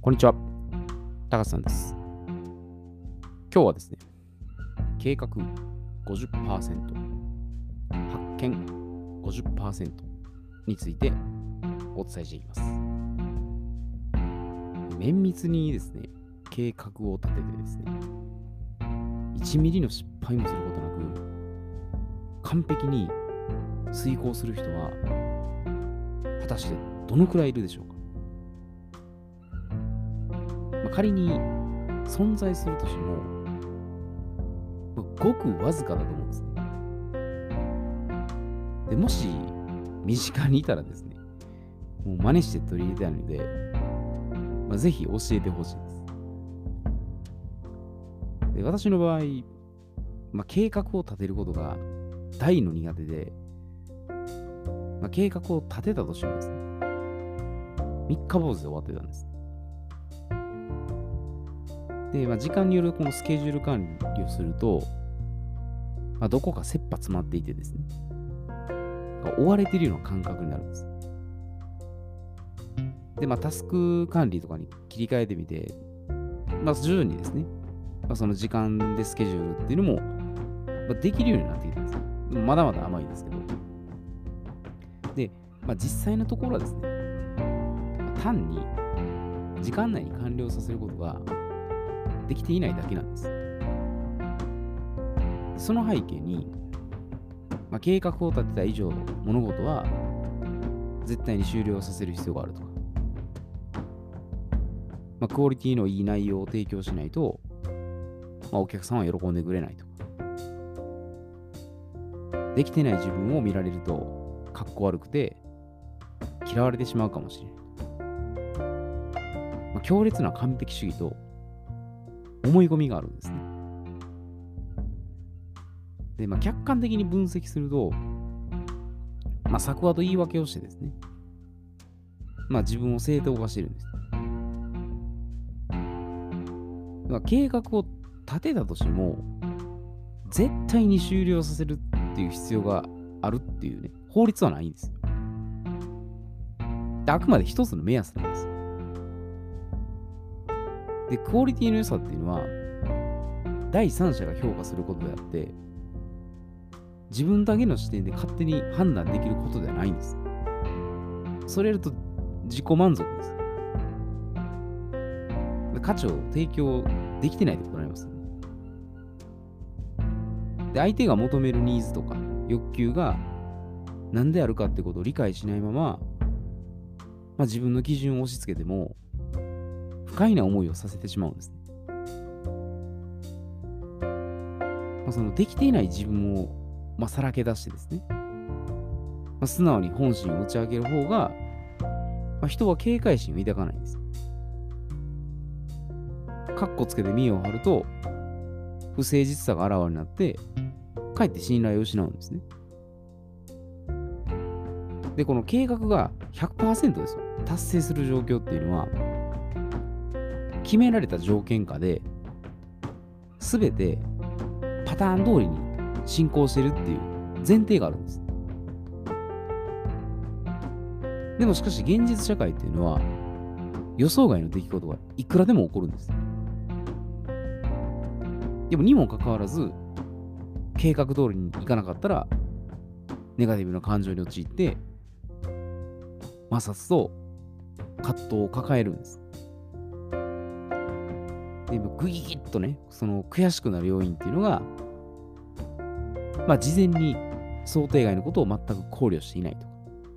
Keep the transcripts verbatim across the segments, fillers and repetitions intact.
こんにちは。高橋さんです。今日はですね、計画 ごじゅっパーセント、発見 ごじゅっパーセント についてお伝えしていきます。綿密にですね、計画を立ててですね、いちミリの失敗もすることなく、完璧に遂行する人は、果たしてどのくらいいるでしょうか。まあ、仮に存在するとしても、まあごくわずかだと思うんですね。でもし身近にいたらですね、もう真似して取り入れたいので、まあ、ぜひ教えてほしいです。で私の場合、まあ、計画を立てることが大の苦手で、まあ、計画を立てたとしてもですね、三日坊主で終わってたんです。で、まあ、時間によるこのスケジュール管理をすると、まあ、どこか切羽詰まっていてですね、追われているような感覚になるんです。で、まあ、タスク管理とかに切り替えてみて、まあ、徐々にですね、まあ、その時間でスケジュールっていうのも、まあ、できるようになってきたんです。でもまだまだ甘いですけど。で、まあ、実際のところはですね、まあ、単に時間内に完了させることができていないだけなんです。その背景に、まあ、計画を立てた以上、物事は絶対に終了させる必要があるとか、まあ、クオリティのいい内容を提供しないと、まあ、お客さんは喜んでくれないとか、できてない自分を見られると、かっこ悪くて嫌われてしまうかもしれない。まあ、強烈な完璧主義と思い込みがあるんですね。で、まあ、客観的に分析すると、まあ、作話と言い訳をしてですね、まあ、自分を正当化しているんです。まあ、計画を立てたとしても、絶対に終了させるっていう必要があるっていうね、法律はないんですよ。で、あくまで一つの目安なんです。で、クオリティの良さっていうのは、第三者が評価することであって、自分だけの視点で勝手に判断できることではないんです。それやると自己満足です。で、価値を提供できてないってことになります、ね。で、相手が求めるニーズとか欲求が何であるかってことを理解しないまま、まあ、自分の基準を押し付けても不快な思いをさせてしまうんです。まあ、そのできていない自分を、まあ、さらけ出してですね、まあ、素直に本心を打ち明ける方が、まあ、人は警戒心を抱かないんです。カッコつけて見栄を張ると不誠実さがあらわになってかえって信頼を失うんですね。で、この計画が ひゃくパーセント ですよ。達成する状況っていうのは、決められた条件下で、すべてパターン通りに進行してるっていう前提があるんです。でもしかし現実社会っていうのは、予想外の出来事がいくらでも起こるんです。でもにもかかわらず、計画通りにいかなかったら、ネガティブな感情に陥って、摩擦と葛藤を抱えるんです。で、グギギッとね、その悔しくなる要因っていうのが、まあ事前に想定外のことを全く考慮していないと。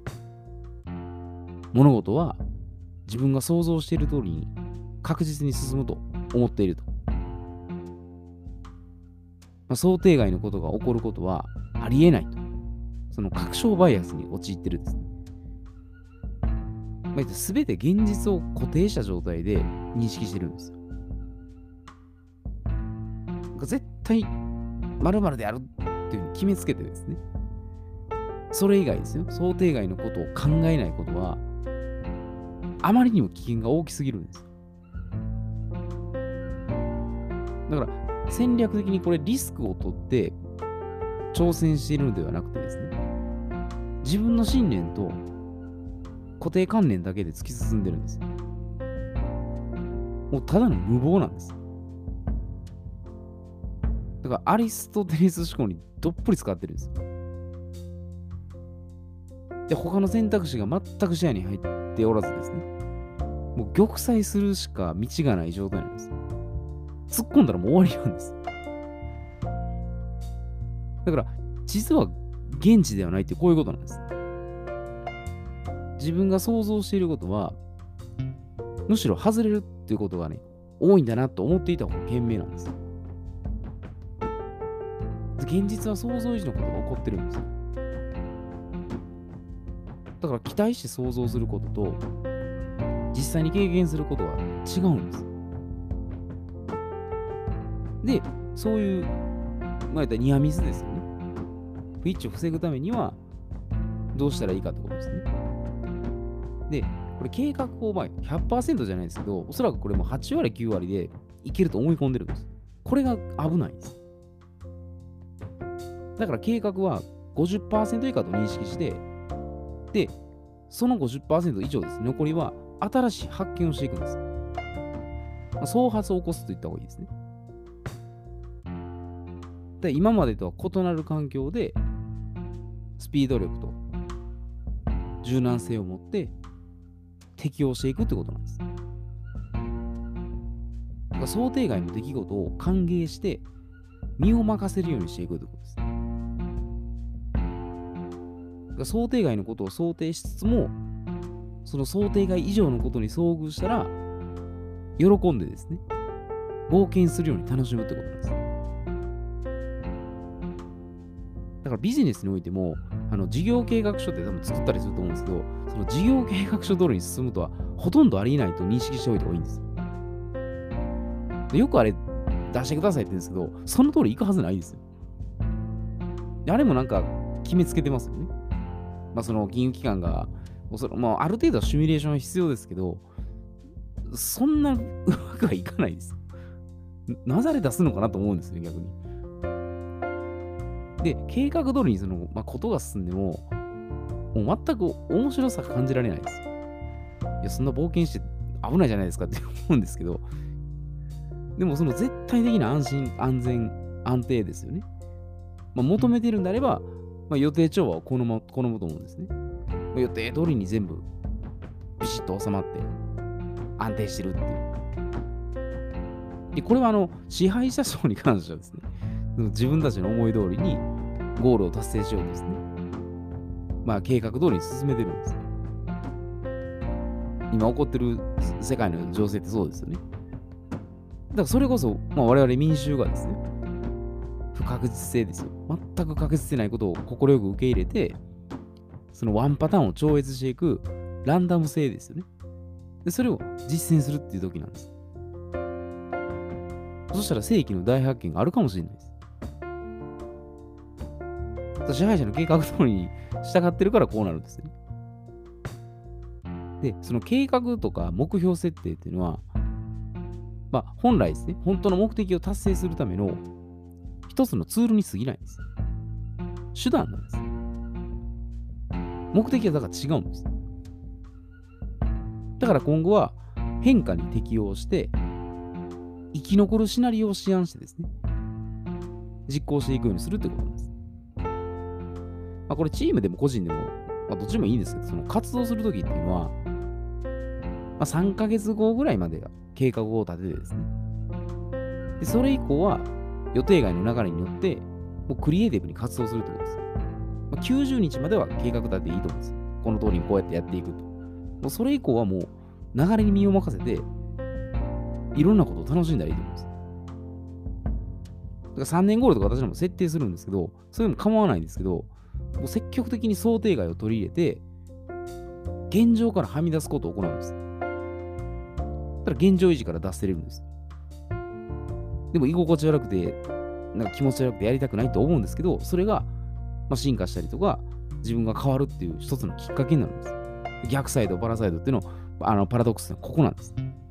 物事は自分が想像している通りに確実に進むと思っていると。まあ、想定外のことが起こることはありえないと。その確証バイアスに陥ってるんですね。まあ、全て現実を固定した状態で認識してるんですよ。絶対〇〇であるっていうふうに決めつけてですね。それ以外ですよ。想定外のことを考えないことは、あまりにも危険が大きすぎるんです。だから、戦略的にこれリスクを取って挑戦しているのではなくてですね、自分の信念と固定観念だけで突き進んでるんですよ。 もうただの無謀なんです。だからアリストテレス思考にどっぷり使ってるんですよ。で、他の選択肢が全く視野に入っておらずですね。もう玉砕するしか道がない状態なんです。突っ込んだらもう終わりなんです。だから、実は現地ではないってこういうことなんです。自分が想像していることは、むしろ外れるっていうことがね、多いんだなと思っていた方が賢明なんです。現実は想像以上のことが起こってるんですよ。だから期待して想像することと、実際に経験することは違うんです。で、そういう、まあ言ったらニアミスですよね。不一致を防ぐためには、どうしたらいいかってことですね。で、これ計画をまあ ひゃくパーセント じゃないですけど、おそらくこれもはち割きゅう割でいけると思い込んでるんです。これが危ないんです。だから計画は ごじゅっパーセント 以下と認識して、で、その ごじゅっパーセント 以上です。残りは新しい発見をしていくんです。まあ、創発を起こすといった方がいいですね。で、今までとは異なる環境で、スピード力と柔軟性を持って適応していくってことなんです。だから想定外の出来事を歓迎して身を任せるようにしていくってことです。だから想定外のことを想定しつつも、その想定外以上のことに遭遇したら、喜んでですね、冒険するように楽しむってことなんです。だからビジネスにおいても、あの事業計画書って多分作ったりすると思うんですけど、その事業計画書通りに進むとはほとんどありえないと認識しておいた方がいいんです。でよくあれ出してくださいって言うんですけど、その通り行くはずないんですよ。であれもなんか決めつけてますよね。まあその金融機関が、おそらまあ、ある程度はシミュレーションは必要ですけど、そんなうまくはいかないです。なぜあれ出すのかなと思うんですよ、逆に。で、計画通りにその、まあ、ことが進んでも、もう全く面白さ感じられないです。いや、そんな冒険して危ないじゃないですかって思うんですけど、でもその絶対的な安心、安全、安定ですよね。まあ、求めてるんであれば、まあ、予定調和を好む好むと思うんですね。まあ、予定通りに全部ビシッと収まって安定してるっていう。で、これはあの支配者層に関してはですね、自分たちの思い通りにゴールを達成しようとですね、まあ計画通りに進めてるんです。今起こってる世界の情勢ってそうですよね。だからそれこそ、まあ、我々民衆がですね、不確実性ですよ。全く確実でないことを快く受け入れて、そのワンパターンを超越していくランダム性ですよね。でそれを実践するっていう時なんです。そしたら世紀の大発見があるかもしれないです。支配者の計画通りに従ってるからこうなるんですよね。で、その計画とか目標設定っていうのは、まあ本来ですね、本当の目的を達成するための一つのツールに過ぎないんです。手段なんです。目的はだから違うんです。だから今後は変化に適応して生き残るシナリオを思案してですね、実行していくようにするってことなんです。まあ、これチームでも個人でも、まあ、どっちでもいいんですけど、その活動するときっていうのは、まあ、さんかげつごぐらいまでが計画を立ててですね。で、それ以降は予定外の流れによって、もうクリエイティブに活動するってことです。まあ、きゅうじゅうにちまでは計画立てていいと思うんです。この通りにこうやってやっていくと。もうそれ以降はもう流れに身を任せて、いろんなことを楽しんだらいいと思うんです。だからさんねんゴールとか私らも設定するんですけど、それも構わないんですけど、もう積極的に想定外を取り入れて、現状からはみ出すことを行うんです。ただ現状維持から脱せれるんです。でも居心地悪くて、なんか気持ち悪くてやりたくないと思うんですけど、それが、まあ、進化したりとか、自分が変わるっていう一つのきっかけになるんです。逆サイド、パラサイドっていうのあのパラドックスはここなんです。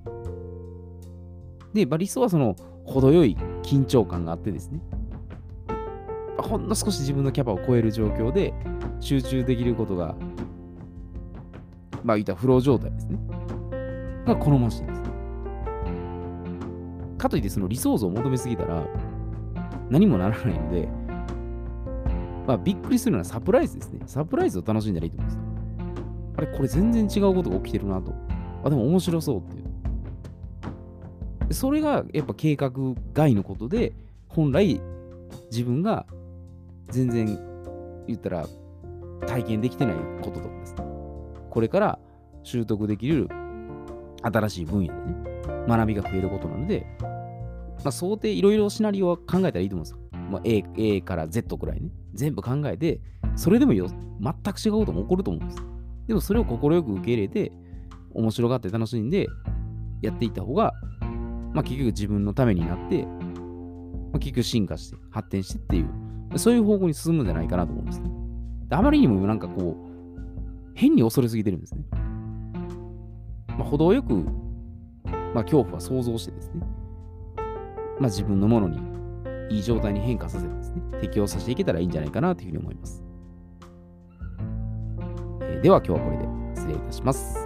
で、まあ、理想はその程よい緊張感があってですね、ほんの少し自分のキャパを超える状況で集中できることが、まあ、言ったフロー状態ですね。が好ましいです。 かといってその理想像を求めすぎたら何もならないので、まあびっくりするのはサプライズですね。サプライズを楽しんだらいいと思うんですよ。あれ、これ全然違うことが起きてるなと。あ、でも面白そうっていう。でそれがやっぱ計画外のことで、本来自分が全然言ったら体験できてないこととかですね。これから習得できる新しい分野でね、学びが増えることなので、まあ、想定いろいろシナリオは考えたらいいと思うんですよ。まあ、A, A から Z くらいね。全部考えて、それでもよ全く違うことも起こると思うんです。でもそれを快く受け入れて、面白がって楽しんでやっていった方が、まあ、結局自分のためになって、まあ、結局進化して発展してっていう、そういう方向に進むんじゃないかなと思うんですね。あまりにもなんかこう、変に恐れすぎてるんですね。まあ、程よく、まあ、恐怖は想像してですね、まあ、自分のものにいい状態に変化させてですね、適応させていけたらいいんじゃないかなというふうに思います。えーでは今日はこれで失礼いたします。